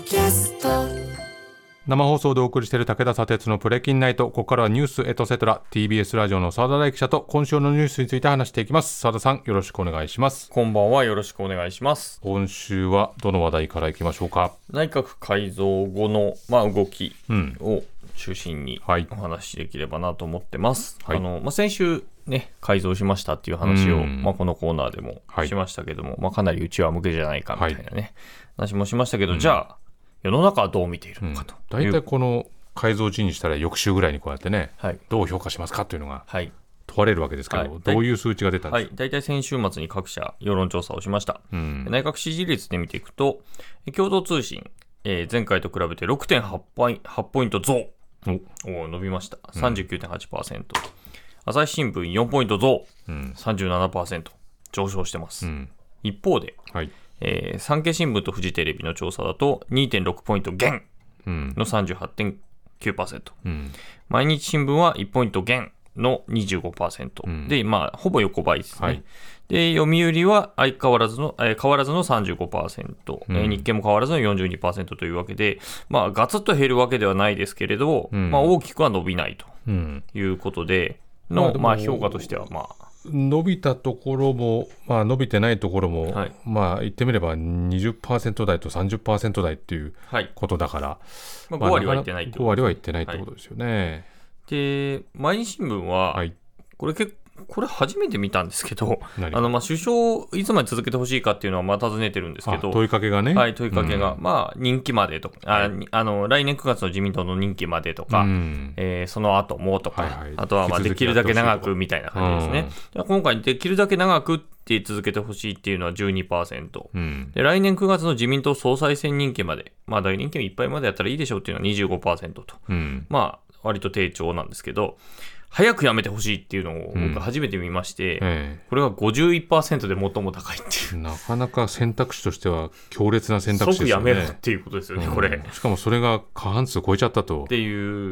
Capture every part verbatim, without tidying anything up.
キャスト。 生放送でお送りしている武田砂鉄のプレキンナイト。ここからはニュースエトセトラ ティービーエス ラジオの澤田大記者と今週のニュースについて話していきます。澤田さん、よろしくお願いします。 こんばんは、よろしくお願いします。 今週はどの話題からいきましょうか。 内閣改造後の、まあ、動きを中心にうんはい、 お話しできればなと思ってます、 はいあのまあ、先週、ね、改造しましたっていう話を、 うんまあ、このコーナーでもしましたけども、はいまあ、かなりうちは向けじゃないかみたいなね、はい、話もしましたけど、うん、じゃあ世の中はどう見ているのかという、 うん、大体この改造時にしたら翌週ぐらいにこうやってね、はい、どう評価しますかというのが問われるわけですけど、はい、どういう数値が出たんですか。 はい、大体先週末に各社世論調査をしました、うん、内閣支持率で見ていくと共同通信、えー、前回と比べて ろくてんはち ポイント増お伸びました さんじゅうきゅうてんはちパーセント、うん、朝日新聞よんポイント増、うん、さんじゅうななパーセント 上昇してます、うん、一方で、はいえー、産経新聞とフジテレビの調査だと にてんろく ポイント減の さんじゅうはちてんきゅうパーセント、うん、毎日新聞はいちポイント減の にじゅうごパーセント、うん、で、まあ、ほぼ横ばいですね、はい、で読売は相変わらずの、えー、変わらずの さんじゅうごパーセント、うんえー、日経も変わらずの よんじゅうにパーセント というわけで、まあ、ガツッと減るわけではないですけれど、うんまあ、大きくは伸びないということでの、うんまあ、評価としてはまあ伸びたところも、まあ、伸びてないところも、はいまあ、言ってみれば にじゅっパーセント 台と さんじゅっパーセント 台っていうことだから、はいまあ、ご割はいってないってことです、 ご割はいってないってことですよね、はい、 で毎日新聞は、はい、これ結構これ初めて見たんですけど、あのまあ首相いつまで続けてほしいかっていうのはまあ尋ねてるんですけど、 問いかけがね、 はい、問いかけが、うん、まあ任期までとか、ああの来年くがつの自民党の任期までとか、うんえー、その後もとか、はいはい、あとはまあできるだけ長くみたいな感じですね。うん、今回できるだけ長くって続けてほしいっていうのは じゅうにパーセント、うん、で来年くがつの自民党総裁選任期まで、まあ大任期のいっぱいまでやったらいいでしょうっていうのは にじゅうごパーセント と、うん、まあ割と低調なんですけど。早くやめてほしいっていうのを僕初めて見まして、うんええ、これが ごじゅういちパーセント で最も高いっていう。 なかなか選択肢としては強烈な選択肢ですよね。 即やめろっていうことですよね、うん、これ。 しかもそれが過半数超えちゃったと。 っていう、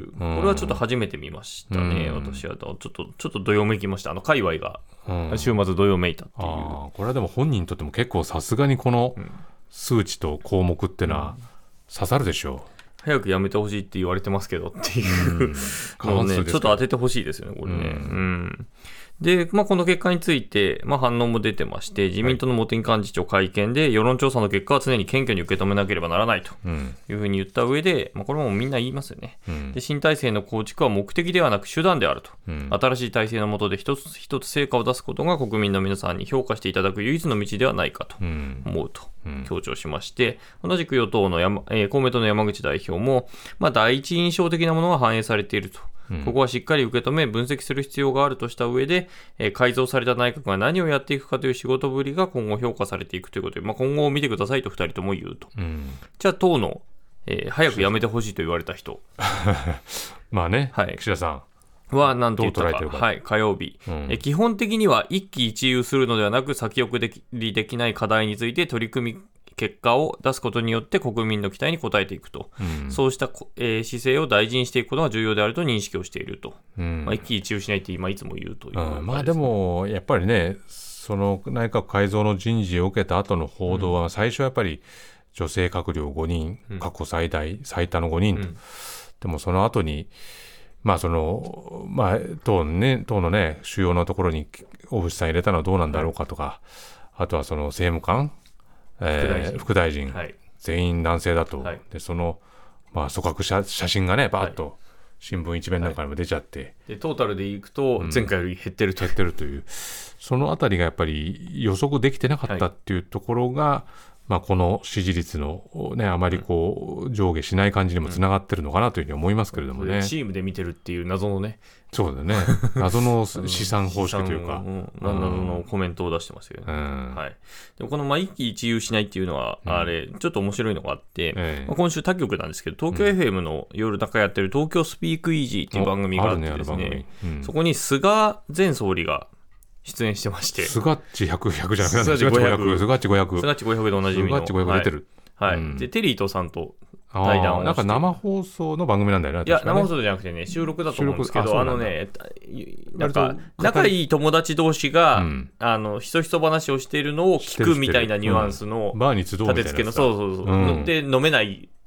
これはちょっと初めて見ましたね、うん、私はちょっとちょっとどよめきました。あの界隈が週末どよめいたっていう、うん、 あこれはでも本人にとっても結構さすがにこの数値と項目ってのは刺さるでしょう。 早くやめてほしいって言われてますけどっていうのをね、ちょっと当ててほしいですよね、これね。うんうんで、まあ、この結果について、まあ、反応も出てまして、自民党の茂木幹事長会見で、世論調査の結果は常に謙虚に受け止めなければならないというふうに言った上で、まあ、これもみんな言いますよね。うん、で新体制の構築は目的ではなく手段であると。うん、新しい体制の下で一つ一つ成果を出すことが国民の皆さんに評価していただく唯一の道ではないかと思うと強調しまして、同じく与党の山、えー、公明党の山口代表も、まあ、第一印象的なものが反映されていると。ここはしっかり受け止め分析する必要があるとした上で、えー、改造された内閣が何をやっていくかという仕事ぶりが今後評価されていくということで、まあ、今後を見てくださいとふたりとも言うと、うん、じゃあ党の、えー、早く辞めてほしいと言われた人まあね、はい、岸田さんは何と言ったか、はい、火曜日、うんえ、基本的には一喜一憂するのではなく先送りできない課題について取り組み結果を出すことによって国民の期待に応えていくと、うん、そうした、えー、姿勢を大事にしていくことが重要であると認識をしていると、うんまあ、一喜一憂しないって今いつも言うという、 うん、まあでもやっぱりねその内閣改造の人事を受けた後の報道は最初はやっぱり女性閣僚ごにん、うん、過去最大最多のごにんと、うん、でもその後にまあそのまあ党のね党のね主要なところに小渕さん入れたのはどうなんだろうかとか、はい、あとはその政務官えー、副大臣、はい、全員男性だと、はい、でその、まあ、組閣 写, 写真がねバーッと新聞一面なんかにも出ちゃって、はい、 でトータルでいくと前回より減ってると、 うん、減ってるというそのあたりがやっぱり予測できてなかったっていうところが、はいまあ、この支持率の、ね、あまりこう上下しない感じにもつながってるのかなというふうに思いますけれどもね、 うん、チームで見てるっていう謎のねそうだね謎の試算方式というか、 うん、謎のコメントを出してますよね、うんはい、でもこのまあ一喜一憂しないっていうのは、うん、あれちょっと面白いのがあって、ええまあ、今週他局なんですけど東京 エフエム の夜中やってる東京スピークイージーっていう番組があってですね、ねうん、そこに菅前総理が出演してましてスガッチひゃく、ひゃくじゃなくてスガッチごひゃくスガッチごひゃくスガッチごひゃくでおなじみのスガッチごひゃく出てる、 はいはいうん、でテリーとさんと対談をしてなんか生放送の番組なんだよね。 いや、ね、生放送じゃなくてね収録だと思うんですけど あ, あのねなんか仲いい友達同士が、うん、あのひそひそ話をしているのを聞くみたいなニュアンスのバーに集うみたいな立て付けのそうそうそう、うん、で飲めない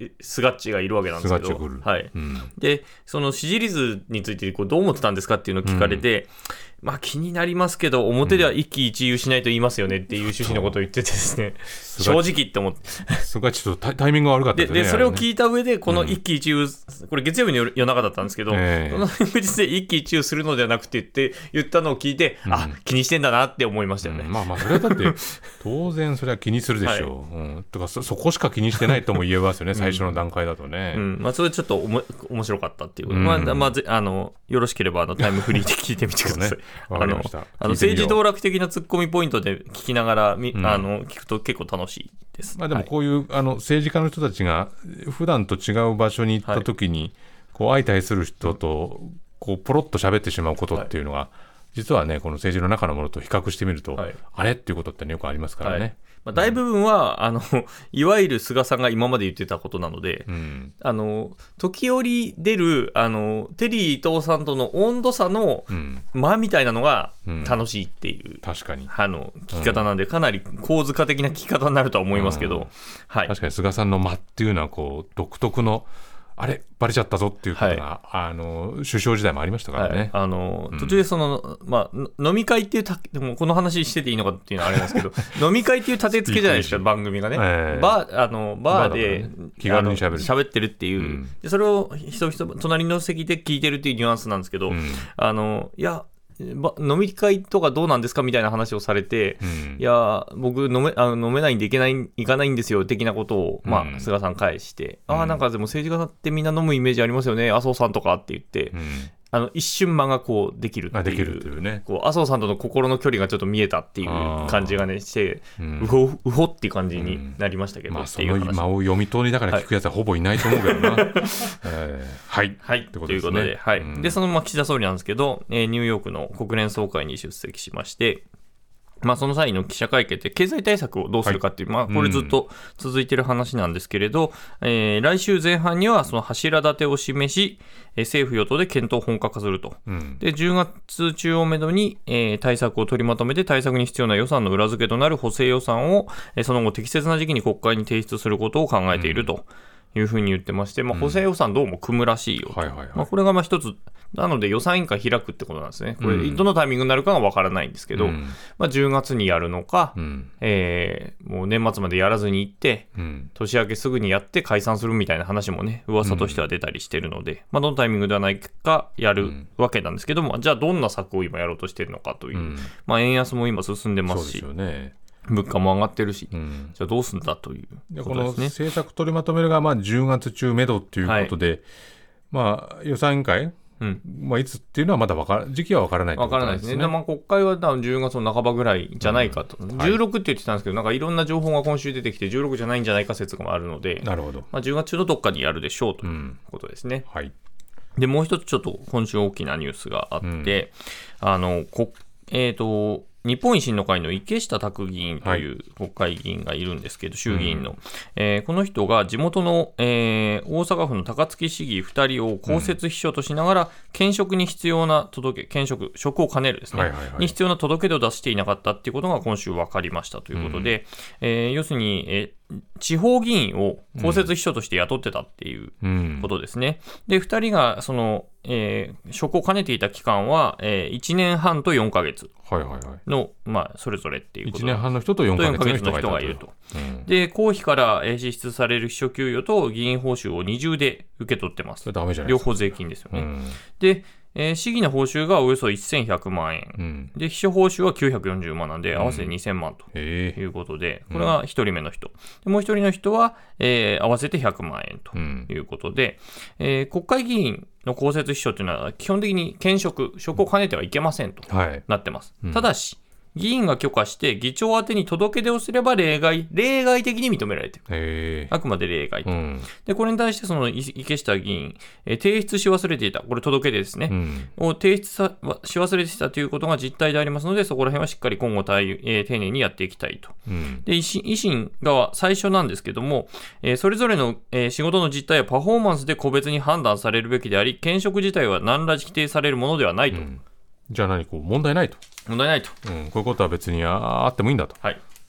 スガッチがいるわけなんですけど、はいうん、でその支持率についてこうどう思ってたんですかっていうのを聞かれて、うんまあ気になりますけど、表では一喜一憂しないと言いますよねっていう趣旨のことを言っててですね、正直って思って。 そこはちょっとタイミングが悪かったですね。 で、でそれを聞いた上で、この一喜一憂、うん、これ月曜日の夜中だったんですけど、えー、その翌日で一喜一憂するのではなくて言って、言ったのを聞いて、うん、あ、気にしてんだなって思いましたよね。 うん、まあまあ、それはだって、当然それは気にするでしょう。はいうん、とかそ、そこしか気にしてないとも言えますよね、最初の段階だとね。 うんうん、まあそれちょっとおも面白かったっていう。うん、まあ、まあ、あの、よろしければあのタイムフリーで聞いてみてください。 わかりました。 あの政治道楽的なツッコミポイントで聞きながら、うん、あの聞くと結構楽しいです。 まあ、でもこういう、はい、あの政治家の人たちが普段と違う場所に行った時に、はい、こう相対する人とこうポロッと喋ってしまうことっていうのが、はい、実はねこの政治の中のものと比較してみると、はい、あれっていうことって、ね、よくありますからね。はいまあ、大部分は、うん、あのいわゆる菅さんが今まで言ってたことなので、うん、あの時折出るあのテリー伊藤さんとの温度差の間みたいなのが楽しいっていう、うん、 確かにあの聞き方なんで、かなり構図化的な聞き方になるとは思いますけど、うんはい、確かに菅さんの間っていうのはこう独特のあれバレちゃったぞっていうことが、はい、あの首相時代もありましたからね、はい、 あの、うん、途中でその、まあ、飲み会っていうたでもこの話してていいのかっていうのはあれなんですけど飲み会っていう立て付けじゃないですか番組がね、えー、バー、あのバーで、ね、 気軽にしゃべる喋ってるっていう、うん、でそれを人人隣の席で聞いてるっていうニュアンスなんですけど、うん、あのいや飲み会とかどうなんですかみたいな話をされて、うん、いや僕飲め、あの飲めないんで行けない行かないんですよ的なことを、まあうん、菅さん返して、うん、ああなんかでも政治家ってみんな飲むイメージありますよね麻生さんとかって言って、うん、あの一瞬間がこうできるっていう、 できるっていうね、 こう麻生さんとの心の距離がちょっと見えたっていう感じがねして、うん、うほうほっていう感じになりましたけど、うんまあ、 その間を読み取りながら聞くやつはほぼいないと思うけどな、はいえー、はい、 はい、ということで、ね、ということで、はいうん、でそのまま岸田総理なんですけど、えー、ニューヨークの国連総会に出席しまして、まあ、その際の記者会見で経済対策をどうするかっていう、はいまあ、これずっと続いている話なんですけれど、うんえー、来週前半にはその柱立てを示し、えー、政府与党で検討を本格化すると、うん、でじゅうがつ中をめどに、えー、対策を取りまとめて対策に必要な予算の裏付けとなる補正予算を、えー、その後適切な時期に国会に提出することを考えていると、うんいうふうに言ってまして、まあ、補正予算どうも組むらしいよと、うんはいはいはいまあ、これがまあ一つなので予算委員会開くってことなんですね。これどのタイミングになるかが分からないんですけど、うんまあ、じゅうがつにやるのか、うんえー、もう年末までやらずに行って、うん、年明けすぐにやって解散するみたいな話もね噂としては出たりしてるので、うんまあ、どのタイミングではないかやるわけなんですけども、じゃあどんな策を今やろうとしてるのかという、うんまあ、円安も今進んでますしそうですよね物価も上がってるし、うん、じゃあどうすんだということですね。 この政策取りまとめるがまあじゅうがつ中めどということで、はいまあ、予算委員会、うんまあ、いつっていうのはまだ分から時期は分からないということなんですね。 分からないですね。でまあ、国会は多分じゅうがつの半ばぐらいじゃないかと、うん、じゅうろくって言ってたんですけど、なんかいろんな情報が今週出てきてじゅうろくじゃないんじゃないか説があるので、 なるほど、 まあ、じゅうがつ中のどっかにやるでしょうということですね。 うんはい、 でもう一つちょっと今週大きなニュースがあって、うん、あのこえっ、ー、と日本維新の会の池下卓議員という国会議員がいるんですけど、はい、衆議院の、うんえー、この人が地元の、えー、大阪府の高槻市議ふたりを公設秘書としながら、うん、兼職に必要な届け、兼職、職を兼ねるですね、はいはいはい、に必要な届け出を出していなかったということが今週分かりましたということで、うんえー、要するに、えー地方議員を公設秘書として雇ってたっていうことですね。うん、で、ふたりがその、えー、職を兼ねていた期間は、えー、いちねんはんとよんかげつの、はいはいはいまあ、それぞれっていうことで。 いちねんはんの人とよんかげつの人がいると。うん、で、公費から支出される秘書給与と議員報酬を二重で受け取ってます。 それダメじゃないですか。 両方税金ですよね。うん、で、えー、市議の報酬がおよそせんひゃくまんえん、うん、で秘書報酬はきゅうひゃくよんじゅうまんなんで、合わせてにせんまんということで、うん、これがひとりめの人、でもうひとりの人は、えー、合わせてひゃくまんえんということで、うんえー、国会議員の公設秘書というのは基本的に兼職、職を兼ねてはいけませんとなってます。はいうん、ただし議員が許可して議長宛てに届け出をすれば例外、例外的に認められている。あくまで例外と、うん。で、これに対してその池下議員、えー、提出し忘れていた、これ届け出ですね、うん、を提出さし忘れていたということが実態でありますので、そこら辺はしっかり今後対、えー、丁寧にやっていきたいと。うん、で維新、維新側、最初なんですけども、えー、それぞれの、えー、仕事の実態やパフォーマンスで個別に判断されるべきであり、兼職自体は何ら否定されるものではないと。うんじゃあ何こう問題ないと問題ないと、 うん、こういうことは別にあってもいいんだと、 はい、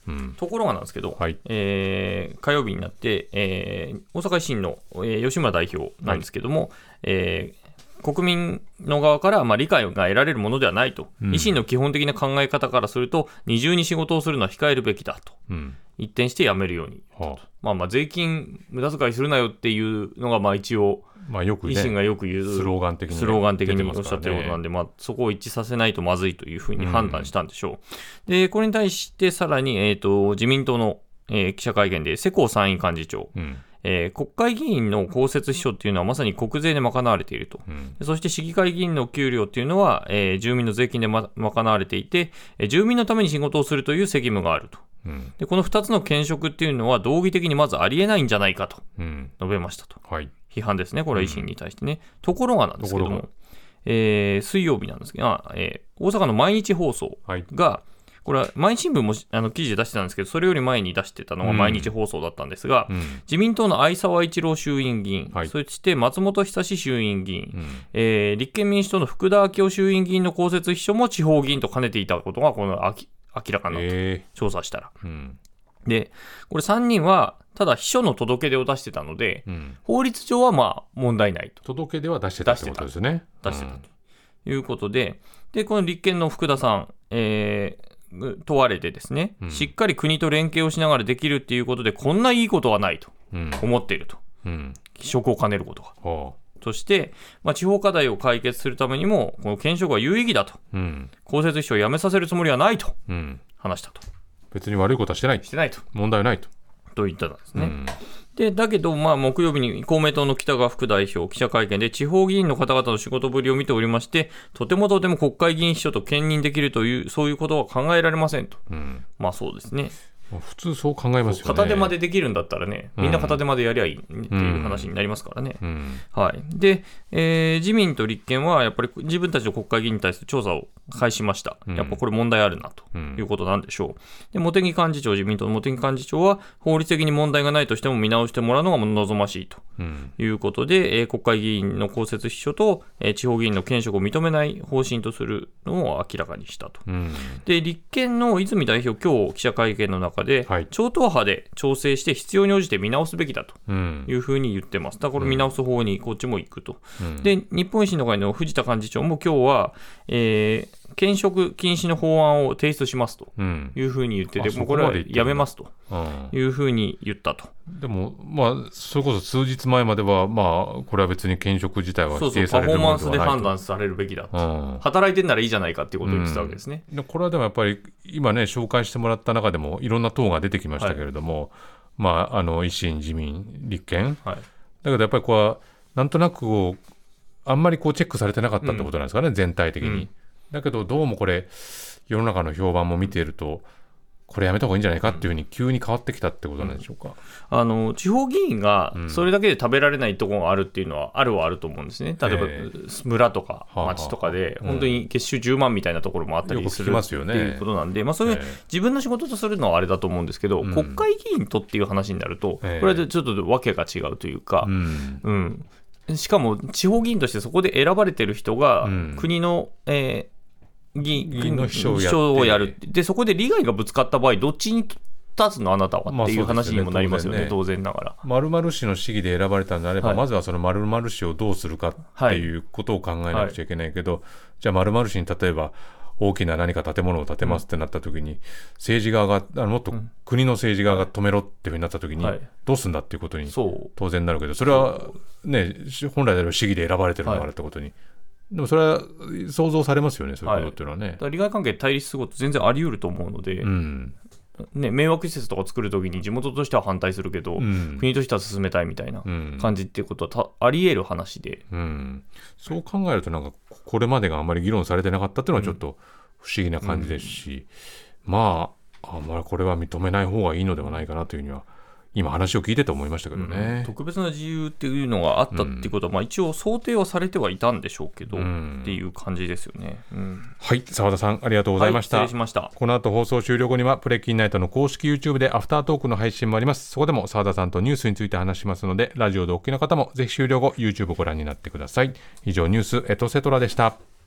うん、 ところがなんですけど、 はいえー、火曜日になって、えー、大阪維新の、えー、吉村代表なんですけども、はいえー国民の側からまあ理解が得られるものではないと、うん、維新の基本的な考え方からすると二重に仕事をするのは控えるべきだと、うん、一転してやめるように、はあまあ、まあ税金無駄遣いするなよっていうのがまあ一応、 まあよくね、 維新がよく言うスローガン的に、 スローガン的におっしゃってることなんで、まあ、そこを一致させないとまずいというふうに判断したんでしょう、うん、でこれに対してさらに、えーと、自民党の、えー、記者会見で世耕参院幹事長、うんえー、国会議員の公設秘書っていうのはまさに国税で賄われていると、うん、そして市議会議員の給料っていうのは、えー、住民の税金で、ま、賄われていて、えー、住民のために仕事をするという責務があると、うん、でこのふたつの兼職っていうのは道義的にまずありえないんじゃないかと述べましたと、うんはい、批判ですね、これは維新に対してね、うん、ところがなんですけども、えー、水曜日なんですけど、えー、大阪の毎日放送が、はいこれは毎日新聞もあの記事で出してたんですけど、それより前に出してたのが毎日放送だったんですが、うん、自民党の相沢一郎衆院議員、はい、そして松本久志衆院議員、うんえー、立憲民主党の福田昭夫衆院議員の公設秘書も地方議員と兼ねていたことがこの明らかになった、えー、調査したら、うん、でこれさんにんはただ秘書の届け出を出してたので、うん、法律上はまあ問題ないと。 届け出は出してたってことですね。 出してたということで、でこの立憲の福田さん、えー問われてですね、うん、しっかり国と連携をしながらできるっていうことでこんないいことはないと思っていると、うん、職を兼ねることが、うん、として、まあ、地方課題を解決するためにもこの兼職は有意義だと、うん、公設秘書を辞めさせるつもりはないと話したと、 別に悪いことはしてないしてないと問題はないとと言ったんですね、うんでだけど、まあ、木曜日に公明党の北川副代表記者会見で地方議員の方々の仕事ぶりを見ておりましてとてもとても国会議員秘書と兼任できるというそういうことは考えられませんと、うん、まあそうですね普通そう考えますよね。 片手間でできるんだったらねみんな片手間でやりゃいいっていう話になりますからね、うんうんはいでえー、自民と立憲はやっぱり自分たちの国会議員に対する調査を開始しました、うん、やっぱこれ問題あるなということなんでしょう、うん、で茂木幹事長自民党の茂木幹事長は法律的に問題がないとしても見直してもらうのが望ましいということで、うんえー、国会議員の公設秘書と、えー、地方議員の兼職を認めない方針とするのを明らかにしたと、うん、で立憲の泉代表今日記者会見の中で、はい、超党派で調整して必要に応じて見直すべきだというふうに言ってます。だからこれ見直す方にこっちも行くと、うん、で日本維新の会の藤田幹事長も今日は、えー兼職禁止の法案を提出しますというふうに言ってて、うん、もうこれはやめますというふうに言ったと、 うん、でも、まあ、それこそ数日前までは、まあ、これは別に兼職自体は否定されるものではないと。そうそう、パフォーマンスで判断されるべきだと、うん、働いてんならいいじゃないかっていうことを言ってたわけですね、 うん、これはでもやっぱり今ね紹介してもらった中でもいろんな党が出てきましたけれども、はいまあ、あの維新自民立憲、はい、だけどやっぱりこうはなんとなくこうあんまりこうチェックされてなかったってことなんですかね、うん、全体的に、うんだけどどうもこれ世の中の評判も見ているとこれやめた方がいいんじゃないかっていうふうに急に変わってきたってことなんでしょうか、 うん、あの地方議員がそれだけで食べられないところがあるっていうのはあるはあると思うんですね。例えば村とか町とかで本当に月収じゅうまんみたいなところもあったりするっていうことなんで、まあそれ自分の仕事とするのはあれだと思うんですけど、国会議員とっていう話になるとこれはちょっと訳が違うというか、うんうん、しかも地方議員としてそこで選ばれてる人が国の、えー議員の秘書をやるでそこで利害がぶつかった場合どっちに立つのあなたはっていう話にもなりますよね、まあ、当然ながら 〇〇氏の市議で選ばれたのであれば、はい、まずはその〇〇氏をどうするかっていうことを考えなくちゃいけないけど、はいはい、じゃあ〇〇氏に例えば大きな何か建物を建てますってなった時に、うん、政治側があのもっと国の政治側が止めろっていうふうになった時に、はい、どうするんだっていうことに当然なるけどそれはね本来であれば市議で選ばれてるのがあるってことに、はいでもそれは想像されますよね、そういうことっていうのはね。はい、だから利害関係対立すること全然あり得ると思うので、うんね、迷惑施設とか作るときに地元としては反対するけど、うん、国としては進めたいみたいな感じっていうことはたあり得る話で、 うん、そう考えるとなんかこれまでがあまり議論されてなかったっていうのはちょっと不思議な感じですし、うん、まああんまりこれは認めない方がいいのではないかなというふうには今話を聞いてて思いましたけどね、 うん、特別な自由っていうのがあったっていうことは、うんまあ、一応想定はされてはいたんでしょうけど、うん、っていう感じですよね、うん、 はい澤田さんありがとうございました、 はい、失礼しました。 この後放送終了後にはプレキンナイトの公式 YouTube でアフタートークの配信もあります。そこでも澤田さんとニュースについて話しますのでラジオでお聞きの方もぜひ終了後 YouTube をご覧になってください。以上ニュースエトセトラでした。